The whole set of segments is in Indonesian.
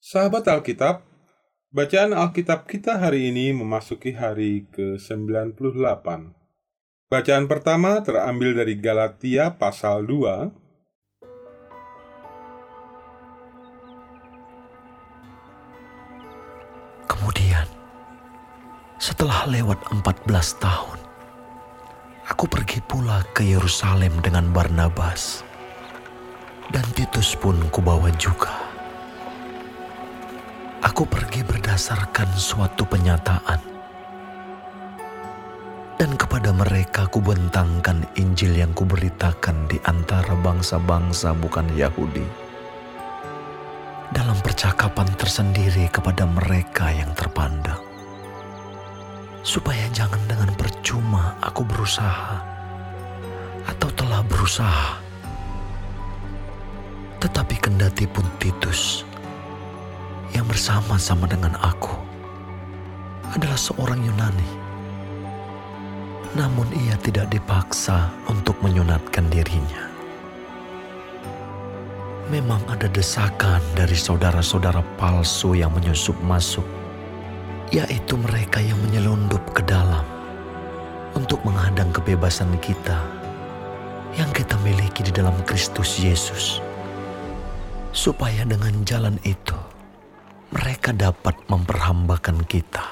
Sahabat Alkitab, bacaan Alkitab kita hari ini memasuki hari ke-98. Bacaan pertama terambil dari Galatia pasal 2. Kemudian, setelah lewat 14 tahun, aku pergi pula ke Yerusalem dengan Barnabas, dan Titus pun kubawa juga. Aku pergi berdasarkan suatu penyataan, dan kepada mereka kubentangkan Injil yang kuberitakan di antara bangsa-bangsa bukan Yahudi, dalam percakapan tersendiri kepada mereka yang terpandang, supaya jangan dengan percuma aku berusaha atau telah berusaha. Tetapi kendati pun Titus yang bersama-sama dengan aku adalah seorang Yunani, namun ia tidak dipaksa untuk menyunatkan dirinya. Memang ada desakan dari saudara-saudara palsu yang menyusup masuk, yaitu mereka yang menyelundup ke dalam untuk menghadang kebebasan kita yang kita miliki di dalam Kristus Yesus, supaya dengan jalan itu mereka dapat memperhambakan kita.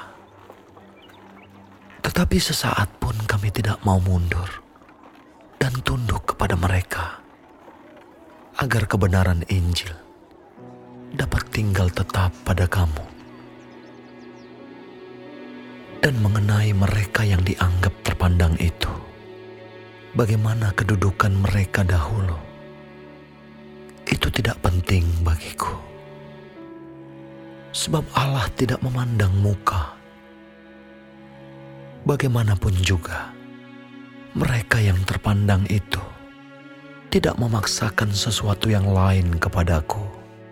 Tetapi sesaat pun kami tidak mau mundur dan tunduk kepada mereka, agar kebenaran Injil dapat tinggal tetap pada kamu. Dan mengenai mereka yang dianggap terpandang itu, bagaimana kedudukan mereka dahulu, itu tidak penting bagiku. Sebab Allah tidak memandang muka. Bagaimanapun juga, mereka yang terpandang itu tidak memaksakan sesuatu yang lain kepadaku.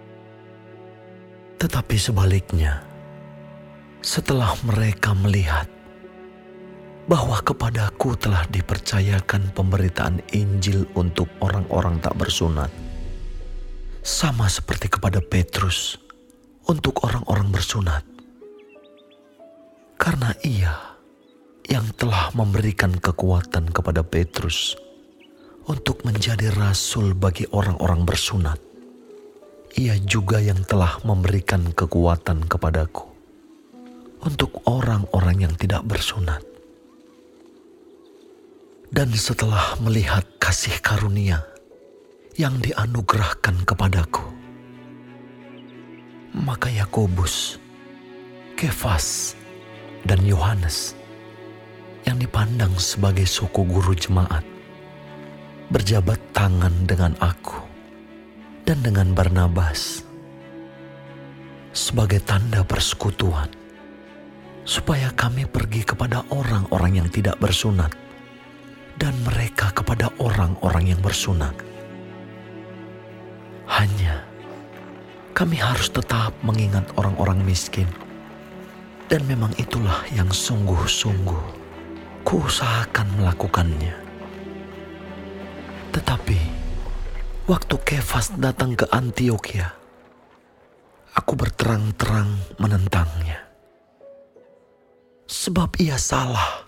Tetapi sebaliknya, setelah mereka melihat bahwa kepadaku telah dipercayakan pemberitaan Injil untuk orang-orang tak bersunat, sama seperti kepada Petrus untuk orang-orang bersunat, karena ia yang telah memberikan kekuatan kepada Petrus untuk menjadi rasul bagi orang-orang bersunat, ia juga yang telah memberikan kekuatan kepadaku untuk orang-orang yang tidak bersunat. Dan setelah melihat kasih karunia yang dianugerahkan kepadaku, maka Yakobus, Kefas, dan Yohanes yang dipandang sebagai suku guru jemaat berjabat tangan dengan aku dan dengan Barnabas sebagai tanda persekutuan, supaya kami pergi kepada orang-orang yang tidak bersunat dan mereka kepada orang-orang yang bersunat. Hanya kami harus tetap mengingat orang-orang miskin, dan memang itulah yang sungguh-sungguh kuusahakan melakukannya. Tetapi waktu Kefas datang ke Antiokhia, aku berterang-terang menentangnya, sebab ia salah.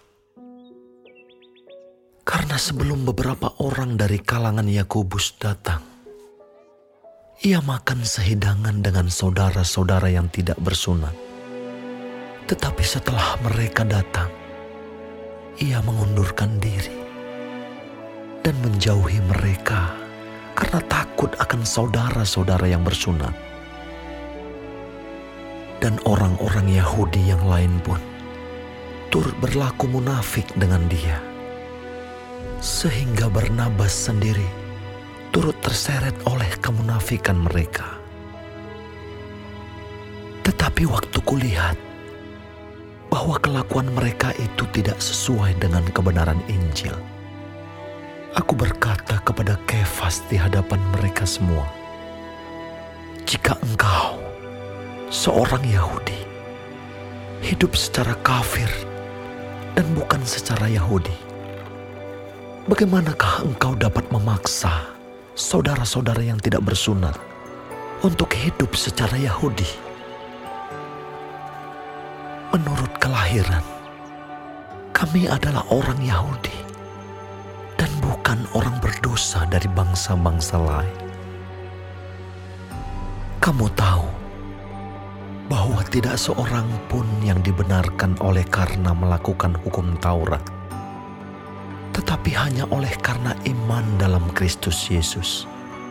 Karena sebelum beberapa orang dari kalangan Yakobus datang, ia makan sehidangan dengan saudara-saudara yang tidak bersunat. Tetapi setelah mereka datang, ia mengundurkan diri dan menjauhi mereka karena takut akan saudara-saudara yang bersunat. Dan orang-orang Yahudi yang lain pun turut berlaku munafik dengan dia, sehingga Barnabas sendiri turut terseret oleh kemunafikan mereka. Tetapi waktu kulihat bahwa kelakuan mereka itu tidak sesuai dengan kebenaran Injil, aku berkata kepada Kefas di hadapan mereka semua, "Jika engkau, seorang Yahudi, hidup secara kafir dan bukan secara Yahudi, bagaimanakah engkau dapat memaksa saudara-saudara yang tidak bersunat untuk hidup secara Yahudi. Menurut kelahiran, kami adalah orang Yahudi dan bukan orang berdosa dari bangsa-bangsa lain. Kamu tahu bahwa tidak seorang pun yang dibenarkan oleh karena melakukan hukum Taurat, tetapi hanya oleh karena iman dalam Kristus Yesus.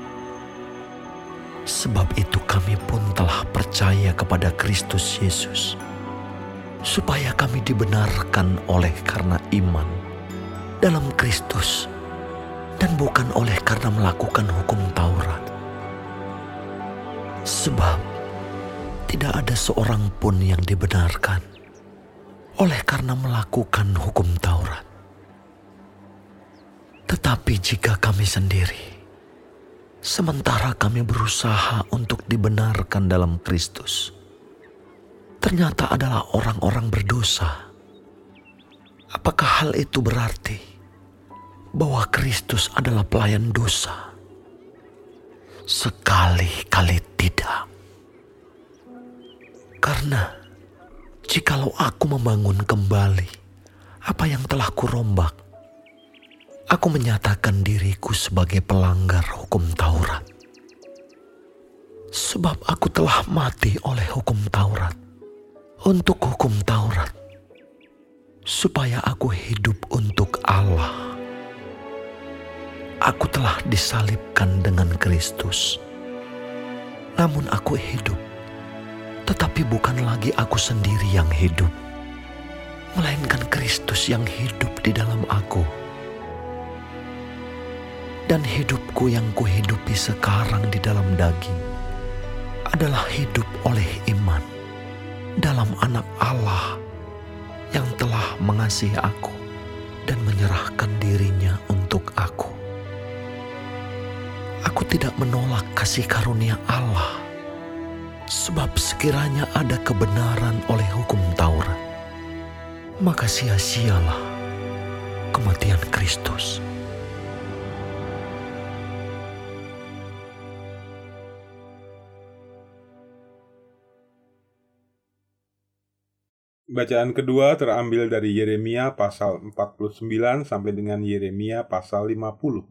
Sebab itu kami pun telah percaya kepada Kristus Yesus, supaya kami dibenarkan oleh karena iman dalam Kristus dan bukan oleh karena melakukan hukum Taurat. Sebab tidak ada seorang pun yang dibenarkan oleh karena melakukan hukum Taurat. Tetapi jika kami sendiri, sementara kami berusaha untuk dibenarkan dalam Kristus, ternyata adalah orang-orang berdosa, apakah hal itu berarti bahwa Kristus adalah pelayan dosa? Sekali-kali tidak. Karena jikalau aku membangun kembali apa yang telah kurombak, aku menyatakan diriku sebagai pelanggar hukum Taurat. Sebab aku telah mati oleh hukum Taurat untuk hukum Taurat, supaya aku hidup untuk Allah. Aku telah disalibkan dengan Kristus. Namun aku hidup, tetapi bukan lagi aku sendiri yang hidup, melainkan Kristus yang hidup di dalam aku. Dan hidupku yang kuhidupi sekarang di dalam daging adalah hidup oleh iman dalam Anak Allah yang telah mengasihi aku dan menyerahkan dirinya untuk aku. Aku tidak menolak kasih karunia Allah, sebab sekiranya ada kebenaran oleh hukum Taurat, maka sia-sialah kematian Kristus. Bacaan kedua terambil dari Yeremia pasal 49 sampai dengan Yeremia pasal 50.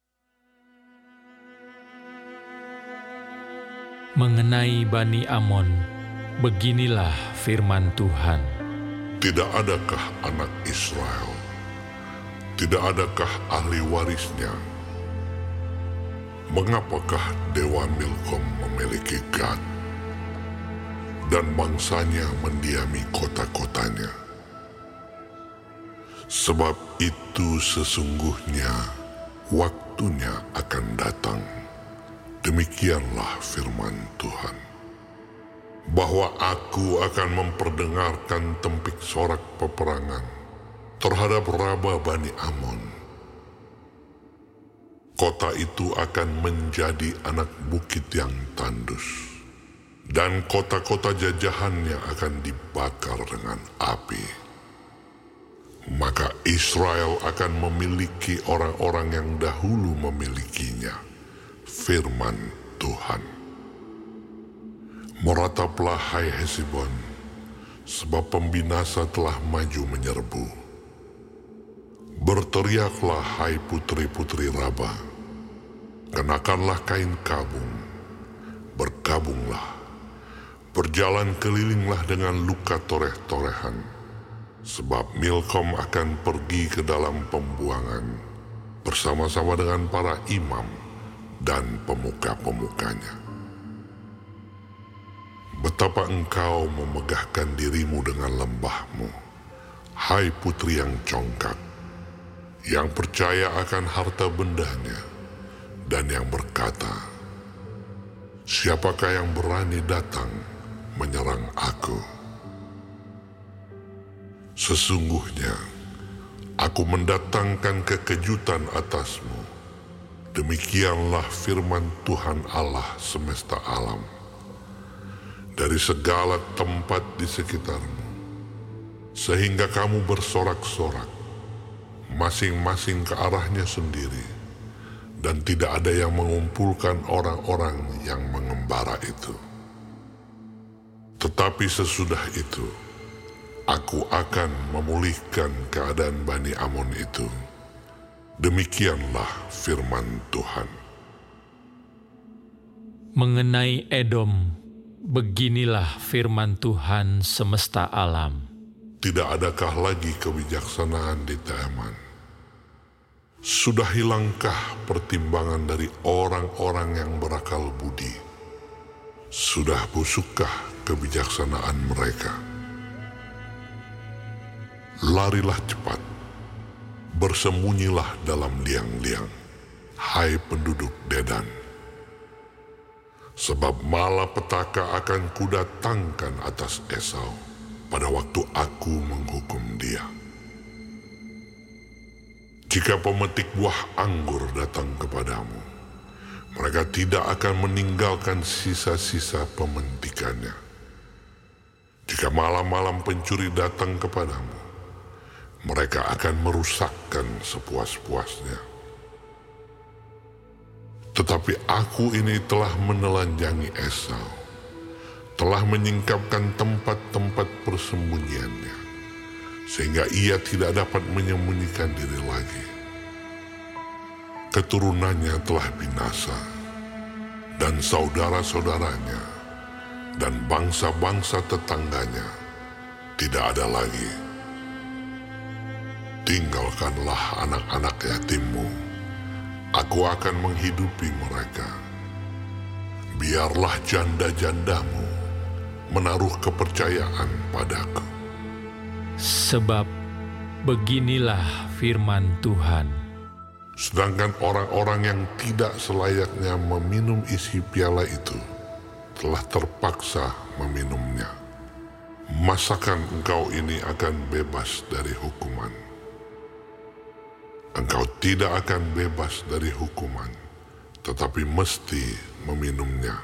Mengenai Bani Amon, beginilah firman Tuhan. Tidak adakah anak Israel? Tidak adakah ahli warisnya? Mengapakah Dewa Milkom memiliki Gad dan bangsanya mendiami kota-kotanya? Sebab itu sesungguhnya waktunya akan datang, demikianlah firman Tuhan, bahwa aku akan memperdengarkan tempik sorak peperangan terhadap Raba Bani Amon. Kota itu akan menjadi anak bukit yang tandus, dan kota-kota jajahannya akan dibakar dengan api. Maka Israel akan memiliki orang-orang yang dahulu memilikinya, firman Tuhan. Merataplah hai Hesibon, sebab pembinasa telah maju menyerbu. Berteriaklah hai putri-putri Raba, kenakanlah kain kabung, berkabunglah, berjalan kelilinglah dengan luka toreh-torehan, sebab Milkom akan pergi ke dalam pembuangan bersama-sama dengan para imam dan pemuka-pemukanya. Betapa engkau memegahkan dirimu dengan lembahmu, hai putri yang congkak, yang percaya akan harta bendanya, dan yang berkata, siapakah yang berani datang menyerang aku? Sesungguhnya aku mendatangkan kekejutan atasmu, demikianlah firman Tuhan Allah semesta alam. Dari segala tempat di sekitarmu, sehingga kamu bersorak-sorak, masing-masing ke arahnya sendiri, dan tidak ada yang mengumpulkan orang-orang yang mengembangkan. membara itu. Tetapi sesudah itu, aku akan memulihkan keadaan Bani Amon itu. Demikianlah firman Tuhan. Mengenai Edom, beginilah firman Tuhan semesta alam. Tidak adakah lagi kebijaksanaan di Teman? Sudah hilangkah pertimbangan dari orang-orang yang berakal budi? Sudah busukkah kebijaksanaan mereka? Larilah cepat, bersembunyilah dalam liang-liang, hai penduduk Dedan. Sebab malapetaka akan kudatangkan atas Esau pada waktu aku menghukum dia. Jika pemetik buah anggur datang kepadamu, mereka tidak akan meninggalkan sisa-sisa pementikannya. Jika malam-malam pencuri datang kepadamu, mereka akan merusakkan sepuas-puasnya. Tetapi aku ini telah menelanjangi Esau, telah menyingkapkan tempat-tempat persembunyiannya, sehingga ia tidak dapat menyembunyikan diri lagi. Keturunannya telah binasa, dan saudara-saudaranya, dan bangsa-bangsa tetangganya tidak ada lagi. Tinggalkanlah anak-anak yatimmu, aku akan menghidupi mereka. Biarlah janda-jandamu menaruh kepercayaan padaku. Sebab beginilah firman Tuhan. Sedangkan orang-orang yang tidak selayaknya meminum isi piala itu telah terpaksa meminumnya. Masakan engkau ini akan bebas dari hukuman? Engkau tidak akan bebas dari hukuman, tetapi mesti meminumnya.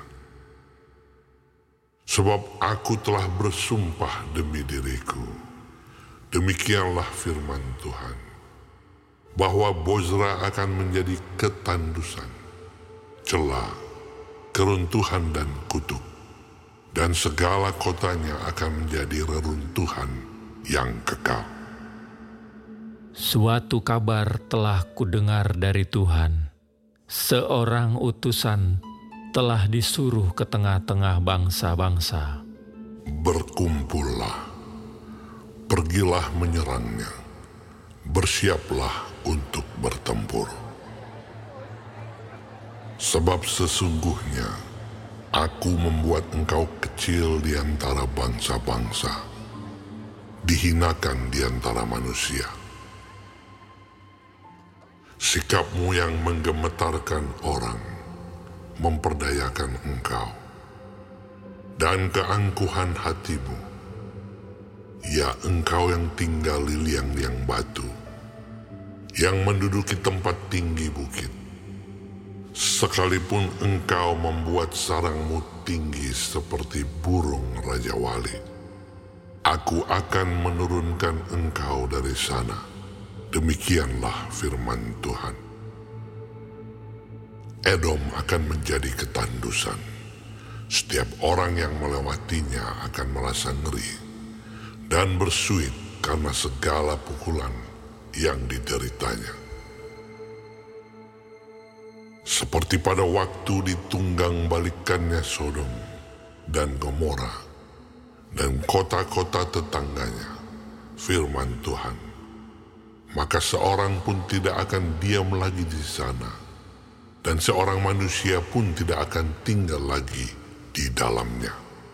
Sebab aku telah bersumpah demi diriku, demikianlah firman Tuhan, bahwa Bozra akan menjadi ketandusan, celah, keruntuhan dan kutuk, dan segala kotanya akan menjadi reruntuhan yang kekal. Suatu kabar telah kudengar dari Tuhan. Seorang utusan telah disuruh ke tengah-tengah bangsa-bangsa. Berkumpullah, pergilah menyerangnya, bersiaplah untuk bertempur. Sebab sesungguhnya aku membuat engkau kecil di antara bangsa-bangsa, dihinakan di antara manusia. Sikapmu yang menggemetarkan orang memperdayakan engkau, dan keangkuhan hatimu, ya engkau yang tinggal di liang-liang batu, yang menduduki tempat tinggi bukit, sekalipun engkau membuat sarangmu tinggi seperti burung Raja Wali, aku akan menurunkan engkau dari sana. Demikianlah firman Tuhan. Edom akan menjadi ketandusan. Setiap orang yang melewatinya akan merasa ngeri dan bersuit karena segala pukulan yang dideritanya. Seperti pada waktu ditunggang balikannya Sodom dan Gomora dan kota-kota tetangganya, firman Tuhan. Maka seorang pun tidak akan diam lagi di sana, dan seorang manusia pun tidak akan tinggal lagi di dalamnya.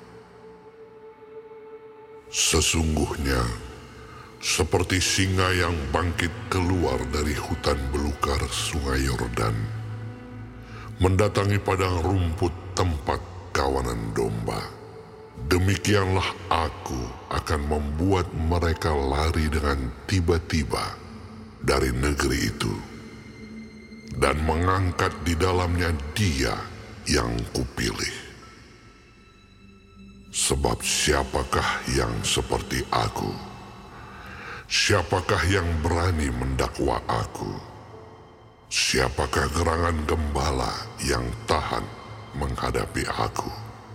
Sesungguhnya, seperti singa yang bangkit keluar dari hutan belukar sungai Yordan, mendatangi padang rumput tempat kawanan domba, demikianlah aku akan membuat mereka lari dengan tiba-tiba dari negeri itu, dan mengangkat di dalamnya Dia yang kupilih. Sebab siapakah yang seperti aku? Siapakah yang berani mendakwa aku? Siapakah gerangan gembala yang tahan menghadapi aku.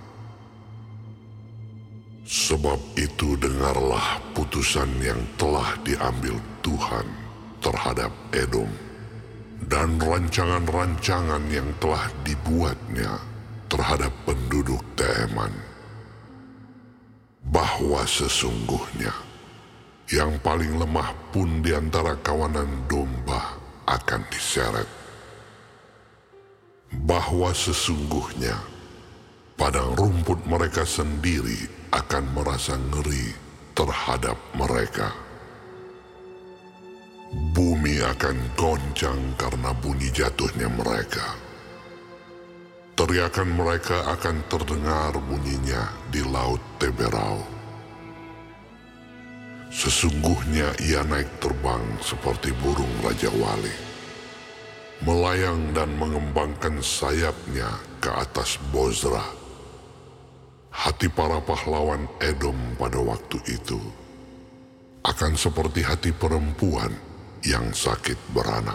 Sebab itu dengarlah putusan yang telah diambil Tuhan terhadap Edom, dan rancangan-rancangan yang telah dibuatnya terhadap penduduk Teman. Bahwa sesungguhnya yang paling lemah pun di antara kawanan domba akan diseret. Bahwa sesungguhnya padang rumput mereka sendiri akan merasa ngeri terhadap mereka. Bumi akan goncang karena bunyi jatuhnya mereka. Teriakan mereka akan terdengar bunyinya di laut Teberau. Sesungguhnya ia naik terbang seperti burung Raja Wali, melayang dan mengembangkan sayapnya ke atas Bozra. Hati para pahlawan Edom pada waktu itu akan seperti hati perempuan yang sakit beranak.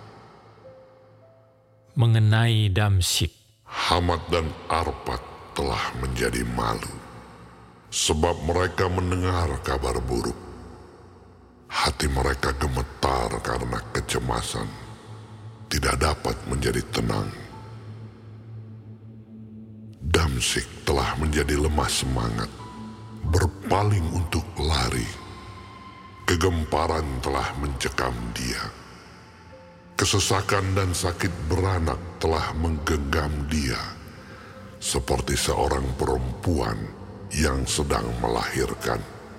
Mengenai Damsyik, Hamat dan Arpad telah menjadi malu, sebab mereka mendengar kabar buruk. Hati mereka gemetar karena kecemasan, tidak dapat menjadi tenang. Damsyik telah menjadi lemah semangat, berpaling untuk lari. Kegemparan telah mencekam dia. Kesesakan dan sakit beranak telah menggenggam dia, seperti seorang perempuan yang sedang melahirkan.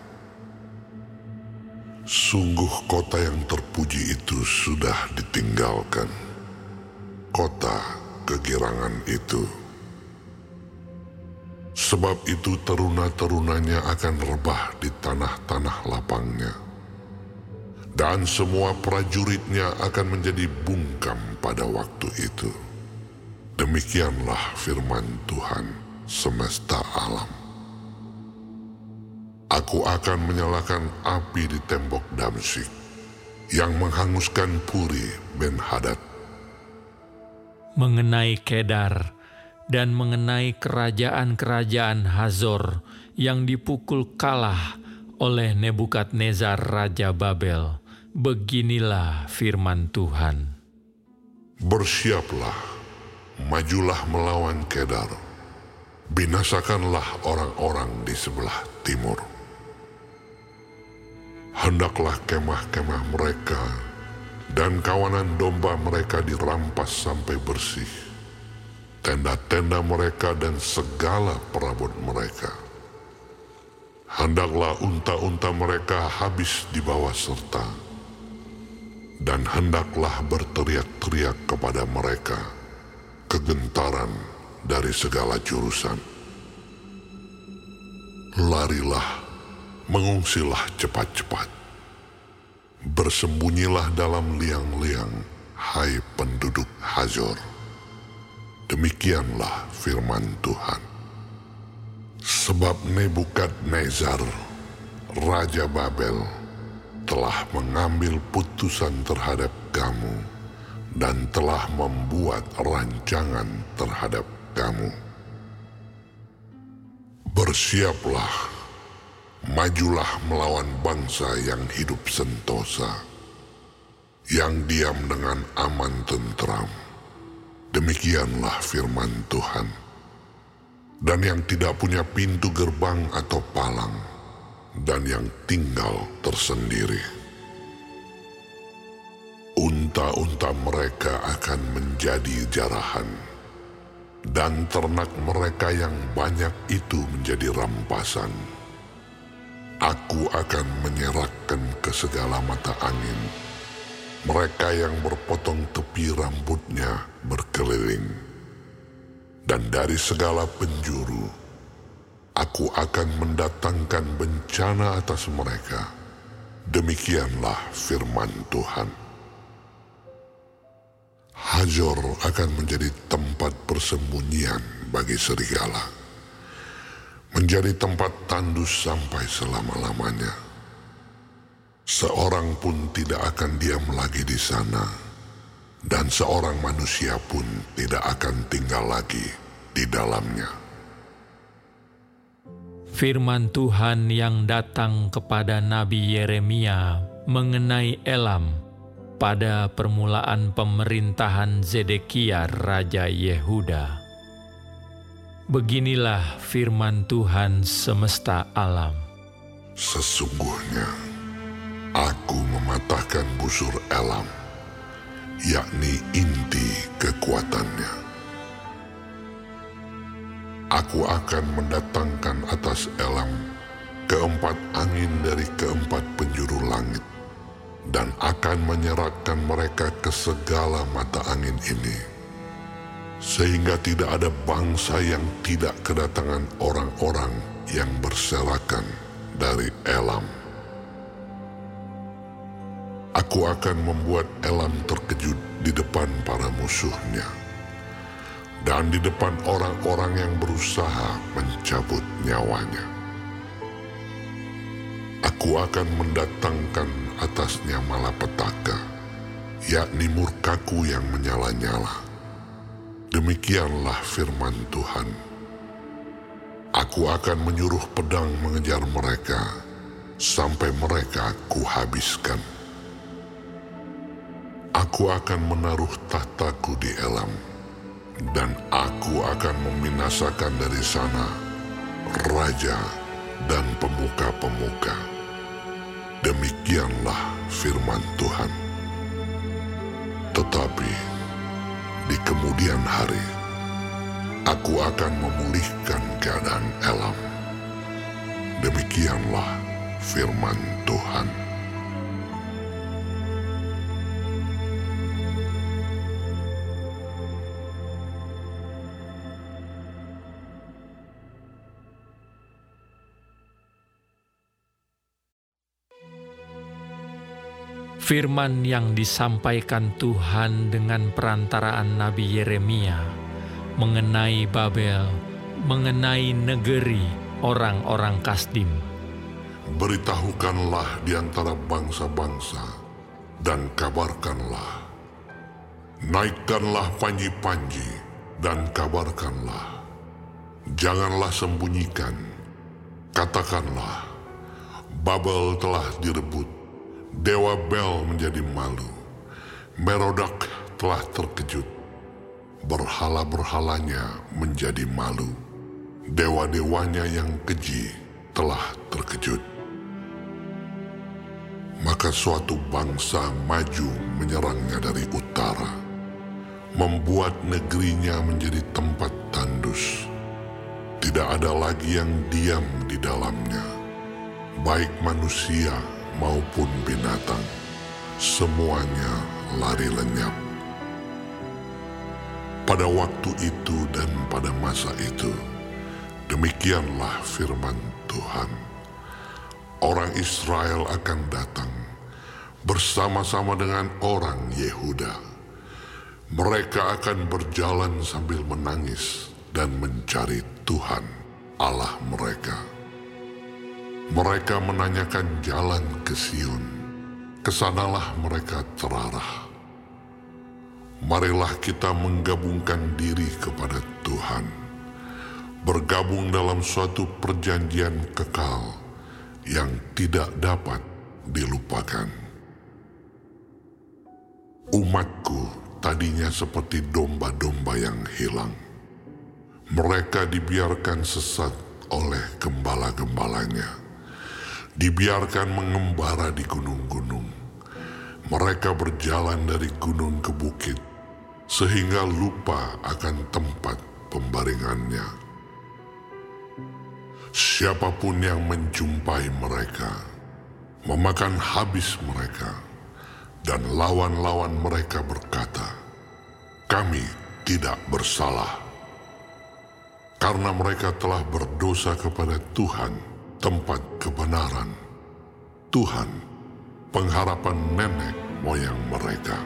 Sungguh kota yang terpuji itu sudah ditinggalkan, kota kegirangan itu. Sebab itu teruna-terunanya akan rebah di tanah-tanah lapangnya, dan semua prajuritnya akan menjadi bungkam pada waktu itu. Demikianlah firman Tuhan semesta alam. Aku akan menyalakan api di tembok Damsyik, yang menghanguskan Puri Ben-Hadad. mengenai Kedar, dan mengenai kerajaan-kerajaan Hazor yang dipukul kalah oleh Nebukadnezar Raja Babel. Beginilah firman Tuhan. Bersiaplah, majulah melawan Kedar. Binasakanlah orang-orang di sebelah timur. Hendaklah kemah-kemah mereka dan kawanan domba mereka dirampas sampai bersih. Tenda-tenda mereka dan segala perabot mereka. Hendaklah unta-unta mereka habis dibawa serta, dan hendaklah berteriak-teriak kepada mereka kegentaran dari segala jurusan. Larilah, mengungsilah cepat-cepat. Bersembunyilah dalam liang-liang, hai penduduk Hazor. Demikianlah firman Tuhan. Sebab Nebukadnezar, Raja Babel, telah mengambil putusan terhadap kamu dan telah membuat rancangan terhadap kamu. Bersiaplah, majulah melawan bangsa yang hidup sentosa, yang diam dengan aman tentram. Demikianlah firman Tuhan. Dan yang tidak punya pintu gerbang atau palang, dan yang tinggal tersendiri. Unta-unta mereka akan menjadi jarahan, dan ternak mereka yang banyak itu menjadi rampasan. Aku akan menyerahkan ke segala mata angin mereka yang berpotong tepi rambutnya berkeliling, dan dari segala penjuru aku akan mendatangkan bencana atas mereka. Demikianlah firman Tuhan. Hazor akan menjadi tempat persembunyian bagi serigala, menjadi tempat tandus sampai selama-lamanya. Seorang pun tidak akan diam lagi di sana, dan seorang manusia pun tidak akan tinggal lagi di dalamnya. Firman Tuhan yang datang kepada Nabi Yeremia mengenai Elam pada permulaan pemerintahan Zedekia Raja Yehuda. Beginilah firman Tuhan semesta alam. Sesungguhnya aku mematahkan busur Elam, yakni inti kekuatannya. Aku akan mendatangkan atas Elam keempat angin dari keempat penjuru langit, dan akan menyerahkan mereka ke segala mata angin ini, sehingga tidak ada bangsa yang tidak kedatangan orang-orang yang berserakan dari Elam. Aku akan membuat Elam terkejut di depan para musuhnya, dan di depan orang-orang yang berusaha mencabut nyawanya. Aku akan mendatangkan atasnya malapetaka, yakni murkaku yang menyala-nyala. Demikianlah firman Tuhan. Aku akan menyuruh pedang mengejar mereka, sampai mereka kuhabiskan. Aku akan menaruh tahtaku di Elam, dan aku akan membinasakan dari sana raja dan pemuka-pemuka. Demikianlah firman Tuhan. Tetapi di kemudian hari, aku akan memulihkan keadaan Elam. Demikianlah firman Tuhan. Firman yang disampaikan Tuhan dengan perantaraan Nabi Yeremia mengenai Babel, mengenai negeri orang-orang Kasdim. Beritahukanlah di antara bangsa-bangsa, dan kabarkanlah. Naikkanlah panji-panji, dan kabarkanlah. Janganlah sembunyikan. Katakanlah, Babel telah direbut. Dewa Bel menjadi malu. Merodak telah terkejut. Berhala-berhalanya menjadi malu. Dewa-dewanya yang keji telah terkejut. Maka suatu bangsa maju menyerangnya dari utara, membuat negerinya menjadi tempat tandus. Tidak ada lagi yang diam di dalamnya, baik manusia maupun binatang, semuanya lari lenyap. Pada waktu itu dan pada masa itu, demikianlah firman Tuhan. Orang Israel akan datang bersama-sama dengan orang Yehuda. Mereka akan berjalan sambil menangis dan mencari Tuhan Allah mereka. Mereka menanyakan jalan ke Sion, kesanalah mereka terarah. Marilah kita menggabungkan diri kepada Tuhan, bergabung dalam suatu perjanjian kekal yang tidak dapat dilupakan. Umatku tadinya seperti domba-domba yang hilang. Mereka dibiarkan sesat oleh gembala-gembalanya. Dibiarkan mengembara di gunung-gunung. Mereka berjalan dari gunung ke bukit, sehingga lupa akan tempat pembaringannya. Siapapun yang menjumpai mereka, memakan habis mereka, dan lawan-lawan mereka berkata, "Kami tidak bersalah." Karena mereka telah berdosa kepada Tuhan, tempat kebenaran, Tuhan, pengharapan nenek moyang mereka.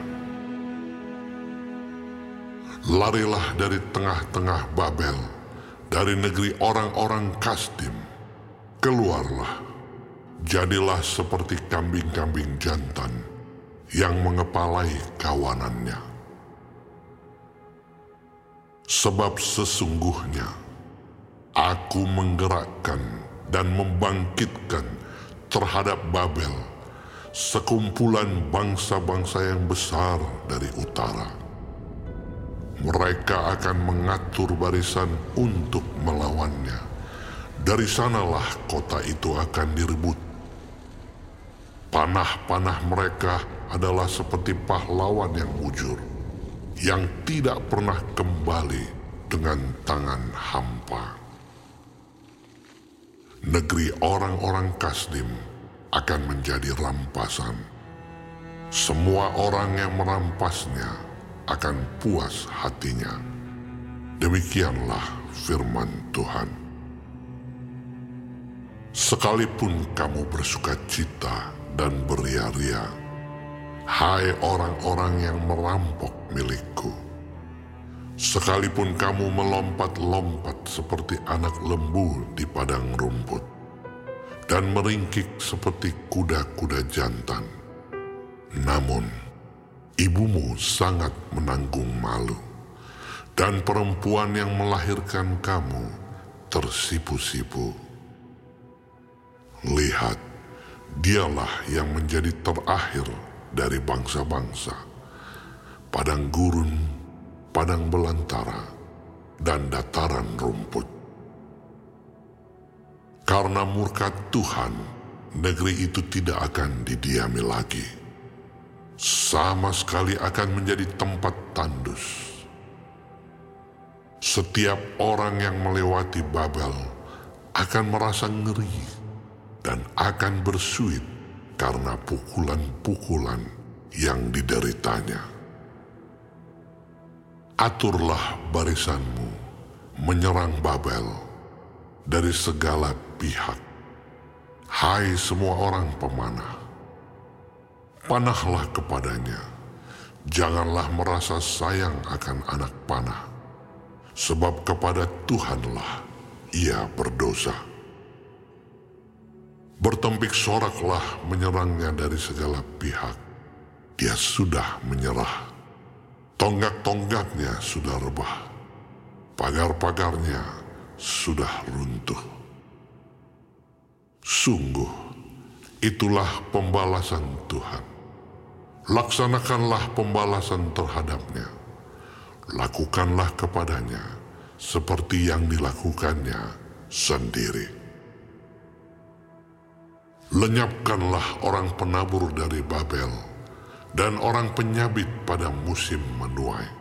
Larilah dari tengah-tengah Babel, dari negeri orang-orang Kasdim. Keluarlah, jadilah seperti kambing-kambing jantan yang mengepalai kawanannya. Sebab sesungguhnya aku menggerakkan dan membangkitkan terhadap Babel sekumpulan bangsa-bangsa yang besar dari utara. Mereka akan mengatur barisan untuk melawannya. Dari sanalah kota itu akan direbut. Panah-panah mereka adalah seperti pahlawan yang mujur, yang tidak pernah kembali dengan tangan hampa. Negeri orang-orang Kasdim akan menjadi rampasan. Semua orang yang merampasnya akan puas hatinya. Demikianlah firman Tuhan. Sekalipun kamu bersukacita dan beria-ria, hai orang-orang yang merampok milikku, sekalipun kamu melompat-lompat seperti anak lembu di padang rumput, dan meringkik seperti kuda-kuda jantan, namun ibumu sangat menanggung malu, dan perempuan yang melahirkan kamu tersipu-sipu. Lihat, dialah yang menjadi terakhir dari bangsa-bangsa, padang gurun, padang belantara, dan dataran rumput. Karena murka Tuhan, negeri itu tidak akan didiami lagi. Sama sekali akan menjadi tempat tandus. Setiap orang yang melewati Babel akan merasa ngeri dan akan bersuit karena pukulan-pukulan yang dideritanya. Aturlah barisanmu menyerang Babel dari segala pihak. Hai semua orang pemanah, panahlah kepadanya. Janganlah merasa sayang akan anak panah, sebab kepada Tuhanlah ia berdosa. Bertempik soraklah menyerangnya dari segala pihak. Dia sudah menyerah. Tonggak-tonggaknya sudah rebah. Pagar-pagarnya sudah runtuh. Sungguh, itulah pembalasan Tuhan. Laksanakanlah pembalasan terhadapnya. Lakukanlah kepadanya seperti yang dilakukannya sendiri. Lenyapkanlah orang penabur dari Babel dan orang penyabit pada musim menuai.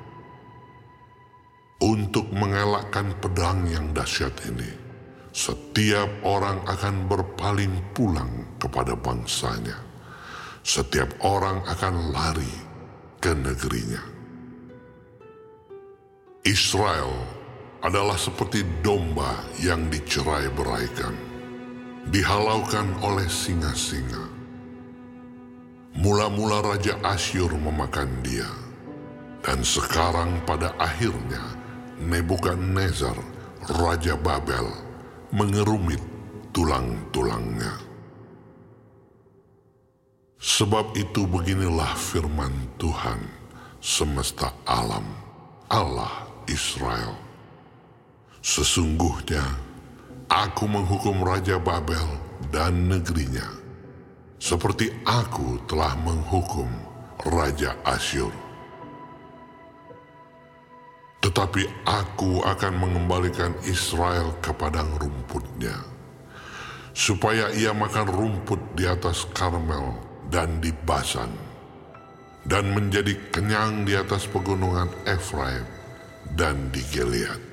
Untuk mengelakkan pedang yang dahsyat ini, setiap orang akan berpaling pulang kepada bangsanya. Setiap orang akan lari ke negerinya. Israel adalah seperti domba yang dicerai-beraikan, dihalaukan oleh singa-singa. Mula-mula Raja Asyur memakan dia, dan sekarang pada akhirnya Nebukadnezar, Raja Babel, mengerumit tulang-tulangnya. Sebab itu beginilah firman Tuhan semesta alam, Allah Israel. Sesungguhnya aku menghukum Raja Babel dan negerinya, seperti aku telah menghukum Raja Asyur. Tetapi aku akan mengembalikan Israel ke padang rumputnya, supaya ia makan rumput di atas Karmel dan di Basan, dan menjadi kenyang di atas pegunungan Efraim dan di Gilead.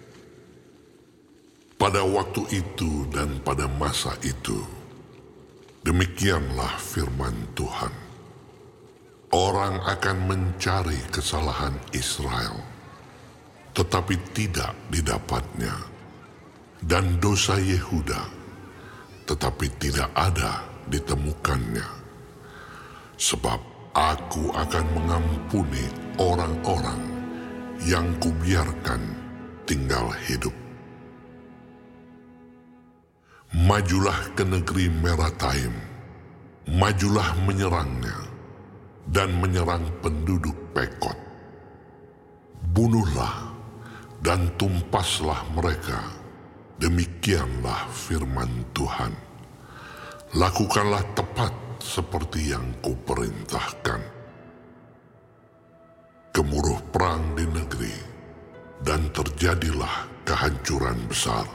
Pada waktu itu dan pada masa itu, demikianlah firman Tuhan. Orang akan mencari kesalahan Israel, tetapi tidak didapatnya, dan dosa Yehuda, tetapi tidak ada ditemukannya. Sebab aku akan mengampuni orang-orang yang kubiarkan tinggal hidup. Majulah ke negeri Merataim, majulah menyerangnya, dan menyerang penduduk Pekot. Bunuhlah, dan tumpaslah mereka. Demikianlah firman Tuhan. Lakukanlah tepat seperti yang kuperintahkan. Gemuruh perang di negeri, dan terjadilah kehancuran besar.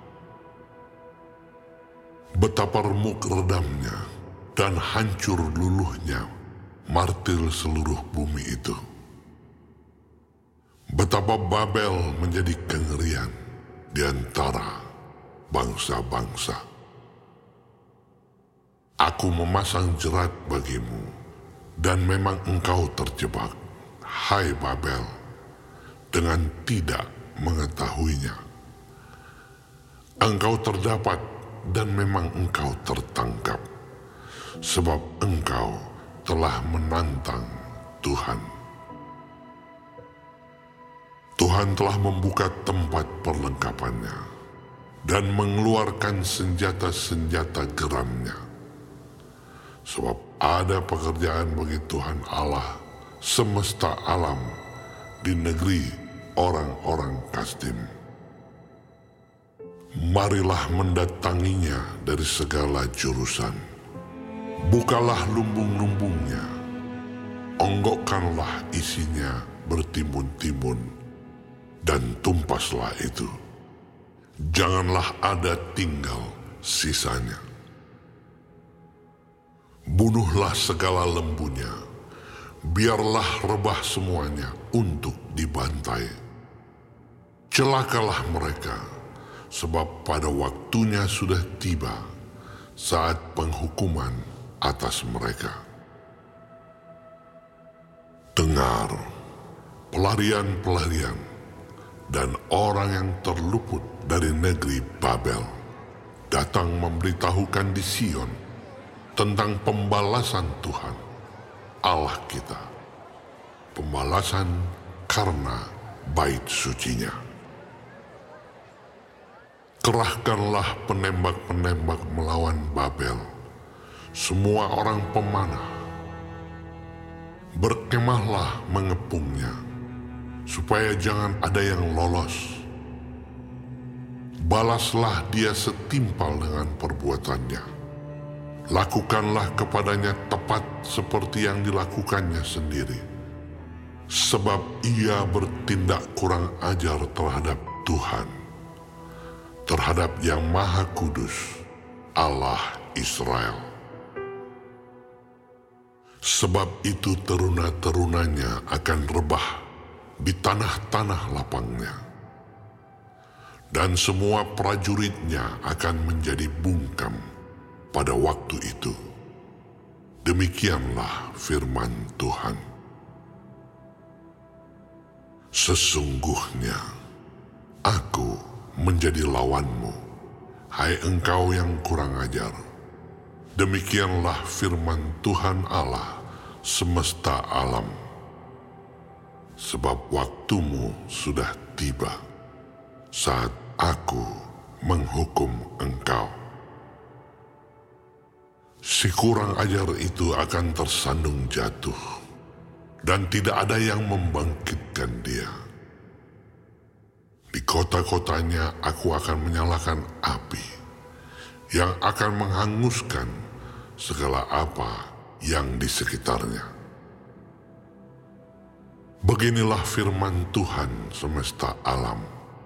Betapa remuk redamnya dan hancur luluhnya martir seluruh bumi itu. Betapa Babel menjadi kengerian di antara bangsa-bangsa. Aku memasang jerat bagimu, dan memang engkau terjebak, hai Babel, dengan tidak mengetahuinya. Engkau terdapat dan memang engkau tertangkap, sebab engkau telah menantang Tuhan. Tuhan telah membuka tempat perlengkapannya dan mengeluarkan senjata-senjata geramnya. Sebab ada pekerjaan bagi Tuhan Allah semesta alam di negeri orang-orang Kasdim. Marilah mendatanginya dari segala jurusan. Bukalah lumbung-lumbungnya, onggokkanlah isinya bertimbun-timbun, dan tumpaslah itu. Janganlah ada tinggal sisanya. Bunuhlah segala lembunya, biarlah rebah semuanya untuk dibantai. Celakalah mereka, sebab pada waktunya sudah tiba saat penghukuman atas mereka. Dengar, pelarian-pelarian dan orang yang terluput dari negeri Babel datang memberitahukan di Sion tentang pembalasan Tuhan Allah kita, pembalasan karena bait sucinya. Kerahkanlah penembak-penembak melawan Babel, semua orang pemanah. Berkemahlah mengepungnya, supaya jangan ada yang lolos. Balaslah dia setimpal dengan perbuatannya. Lakukanlah kepadanya tepat seperti yang dilakukannya sendiri. Sebab ia bertindak kurang ajar terhadap Tuhan, terhadap Yang Maha Kudus, Allah Israel. Sebab itu teruna-terunanya akan rebah di tanah-tanah lapangnya, dan semua prajuritnya akan menjadi bungkam pada waktu itu. Demikianlah firman Tuhan. Sesungguhnya aku menjadi lawanmu, hai engkau yang kurang ajar. Demikianlah firman Tuhan Allah semesta alam. Sebab waktumu sudah tiba saat aku menghukum engkau. Si kurang ajar itu akan tersandung jatuh, dan tidak ada yang membangkitkan dia. Di kota-kotanya aku akan menyalakan api, yang akan menghanguskan segala apa yang di sekitarnya. Beginilah firman Tuhan semesta alam.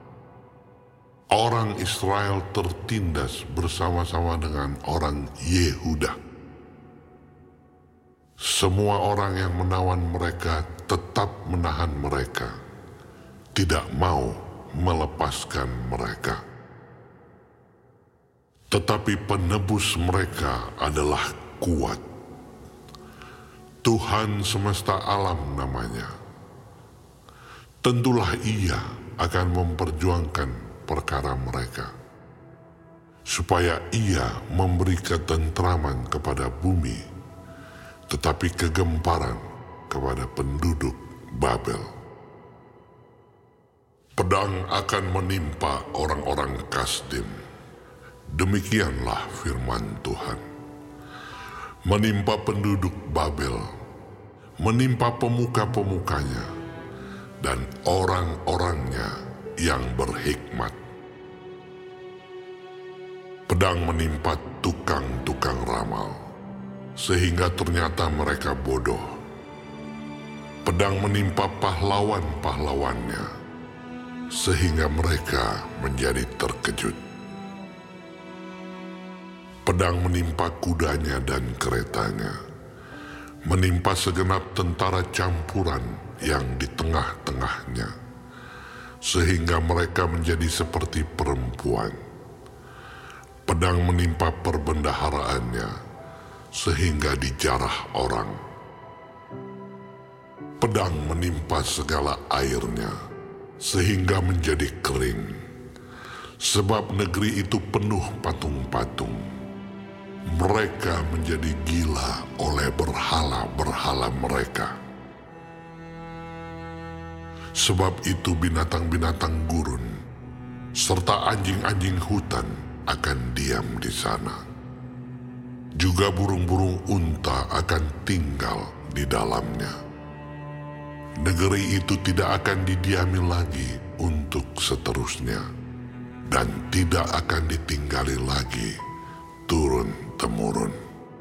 Orang Israel tertindas bersama-sama dengan orang Yehuda. Semua orang yang menawan mereka tetap menahan mereka, tidak mau melepaskan mereka. Tetapi penebus mereka adalah kuat. Tuhan semesta alam namanya. Tentulah ia akan memperjuangkan perkara mereka, supaya ia memberi ketentraman kepada bumi, tetapi kegemparan kepada penduduk Babel. Pedang akan menimpa orang-orang Kasdim. Demikianlah firman Tuhan. Menimpa penduduk Babel, menimpa pemuka-pemukanya, dan orang-orangnya yang berhikmat. Pedang menimpa tukang-tukang ramal, sehingga ternyata mereka bodoh. Pedang menimpa pahlawan-pahlawannya, sehingga mereka menjadi terkejut. Pedang menimpa kudanya dan keretanya, menimpa segenap tentara campuran yang di tengah-tengahnya, sehingga mereka menjadi seperti perempuan. Pedang menimpa perbendaharaannya, sehingga dijarah orang. Pedang menimpa segala airnya, sehingga menjadi kering. Sebab negeri itu penuh patung-patung. Mereka menjadi gila oleh berhala-berhala mereka. Sebab itu binatang-binatang gurun, serta anjing-anjing hutan akan diam di sana. Juga burung-burung unta akan tinggal di dalamnya. Negeri itu tidak akan didiami lagi untuk seterusnya, dan tidak akan ditinggali lagi turun-temurun.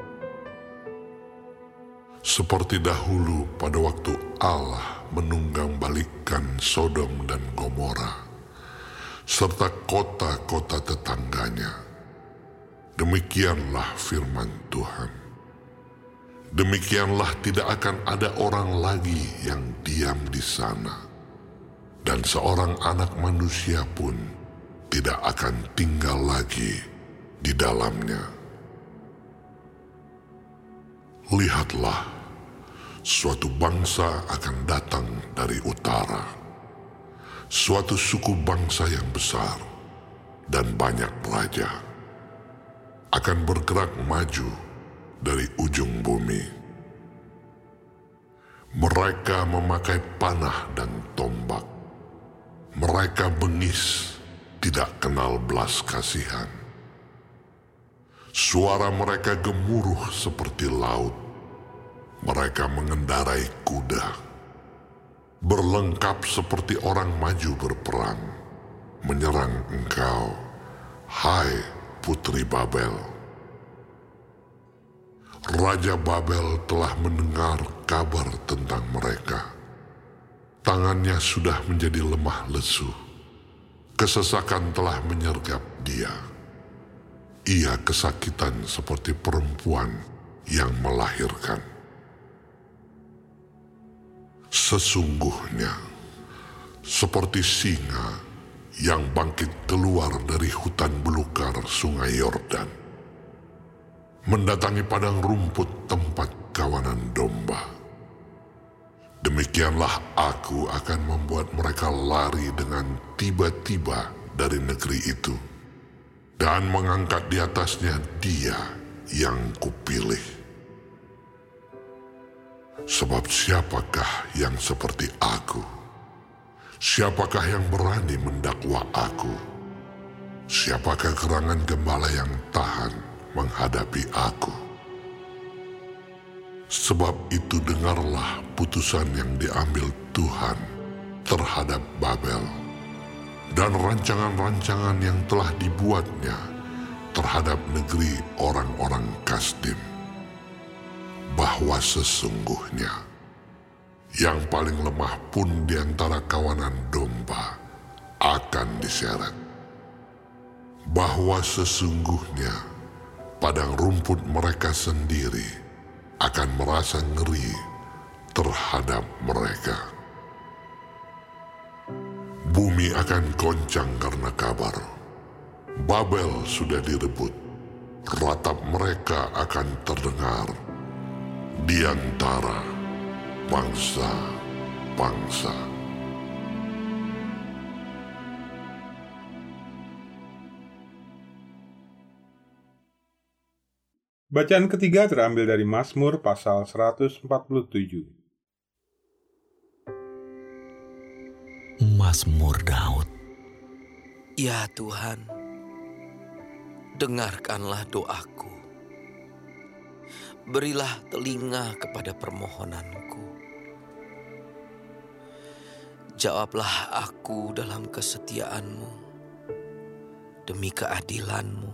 Seperti dahulu pada waktu Allah menunggang-balikkan Sodom dan Gomora, serta kota-kota tetangganya. Demikianlah firman Tuhan. Demikianlah tidak akan ada orang lagi yang diam di sana, dan seorang anak manusia pun tidak akan tinggal lagi di dalamnya. Lihatlah, suatu bangsa akan datang dari utara, suatu suku bangsa yang besar dan banyak raja akan bergerak maju dari ujung bumi. Mereka memakai panah dan tombak. Mereka bengis, tidak kenal belas kasihan. Suara mereka gemuruh seperti laut. Mereka mengendarai kuda, berlengkap seperti orang maju berperang, menyerang engkau, hai Putri Babel. Raja Babel telah mendengar kabar tentang mereka. Tangannya sudah menjadi lemah lesu. Kesesakan telah menyergap dia. Ia kesakitan seperti perempuan yang melahirkan. Sesungguhnya, seperti singa yang bangkit keluar dari hutan belukar sungai Yordan, mendatangi padang rumput tempat kawanan domba. Demikianlah aku akan membuat mereka lari dengan tiba-tiba dari negeri itu, dan mengangkat di atasnya dia yang kupilih. Sebab siapakah yang seperti aku? Siapakah yang berani mendakwa aku? Siapakah gerangan gembala yang tahan menghadapi aku? Sebab itu dengarlah putusan yang diambil Tuhan terhadap Babel, dan rancangan-rancangan yang telah dibuatnya terhadap negeri orang-orang Kasdim, bahwa sesungguhnya yang paling lemah pun di antara kawanan domba akan diseret. Bahwa sesungguhnya padang rumput mereka sendiri akan merasa ngeri terhadap mereka. Bumi akan goncang karena kabar. Babel sudah direbut. Ratap mereka akan terdengar di antara bangsa-bangsa. Bacaan ketiga terambil dari Mazmur pasal 147. Mazmur Daud. Ya Tuhan, dengarkanlah doaku. Berilah telinga kepada permohonanku. Jawablah aku dalam kesetiaan-Mu, demi keadilan-Mu.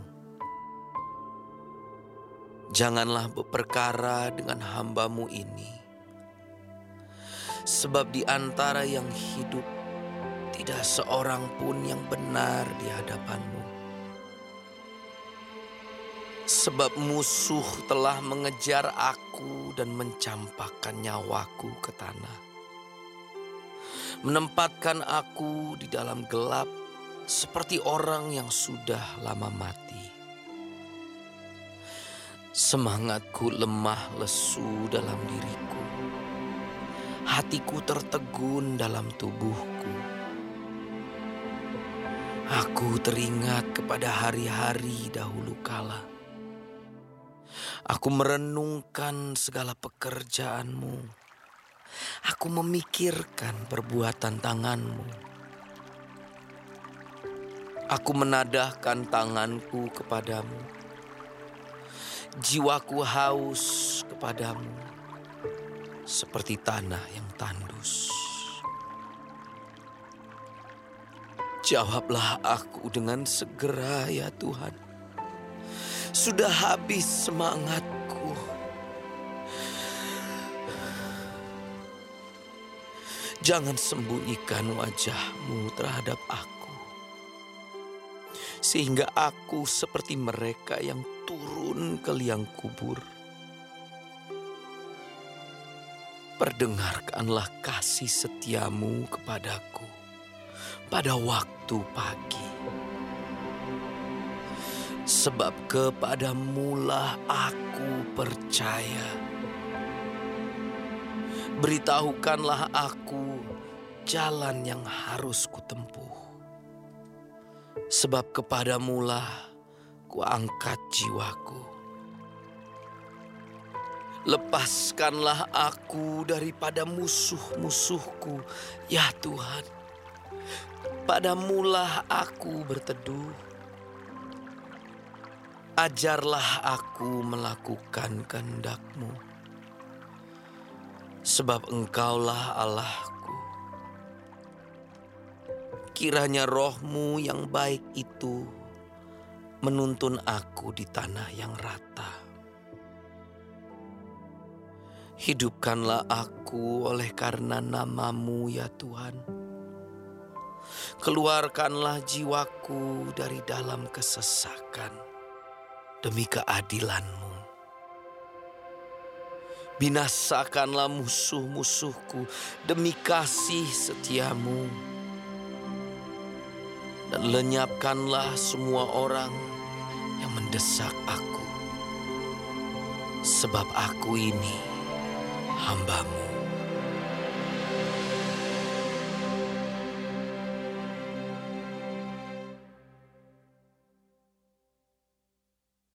Janganlah berperkara dengan hamba-Mu ini, sebab di antara yang hidup tidak seorang pun yang benar di hadapan-Mu. Sebab musuh telah mengejar aku dan mencampakkan nyawaku ke tanah, menempatkan aku di dalam gelap seperti orang yang sudah lama mati. Semangatku lemah lesu dalam diriku, hatiku tertegun dalam tubuhku. Aku teringat kepada hari-hari dahulu kala. Aku merenungkan segala pekerjaan-Mu. Aku memikirkan perbuatan tangan-Mu. Aku menadahkan tanganku kepadamu. Jiwaku haus kepadamu, seperti tanah yang tandus. Jawablah aku dengan segera ya Tuhan. Sudah habis semangatku. Jangan sembunyikan wajah-Mu terhadap aku, sehingga aku seperti mereka yang turun ke liang kubur. Perdengarkanlah kasih setia-Mu kepadaku pada waktu pagi. Sebab kepadamu-lah aku percaya. Beritahukanlah aku jalan yang harus kutempuh. Sebab kepadamu-lah kuangkat jiwaku. Lepaskanlah aku daripada musuh-musuhku, ya Tuhan. Padamu-lah aku berteduh. Ajarlah aku melakukan kehendak-Mu, sebab Engkaulah Allahku. Kiranya Roh-Mu yang baik itu menuntun aku di tanah yang rata. Hidupkanlah aku oleh karena nama-Mu ya Tuhan. Keluarkanlah jiwaku dari dalam kesesakan demi keadilan-Mu. Binasakanlah musuh-musuhku demi kasih setia-Mu. Dan lenyapkanlah semua orang yang mendesak aku. Sebab aku ini hamba-Mu.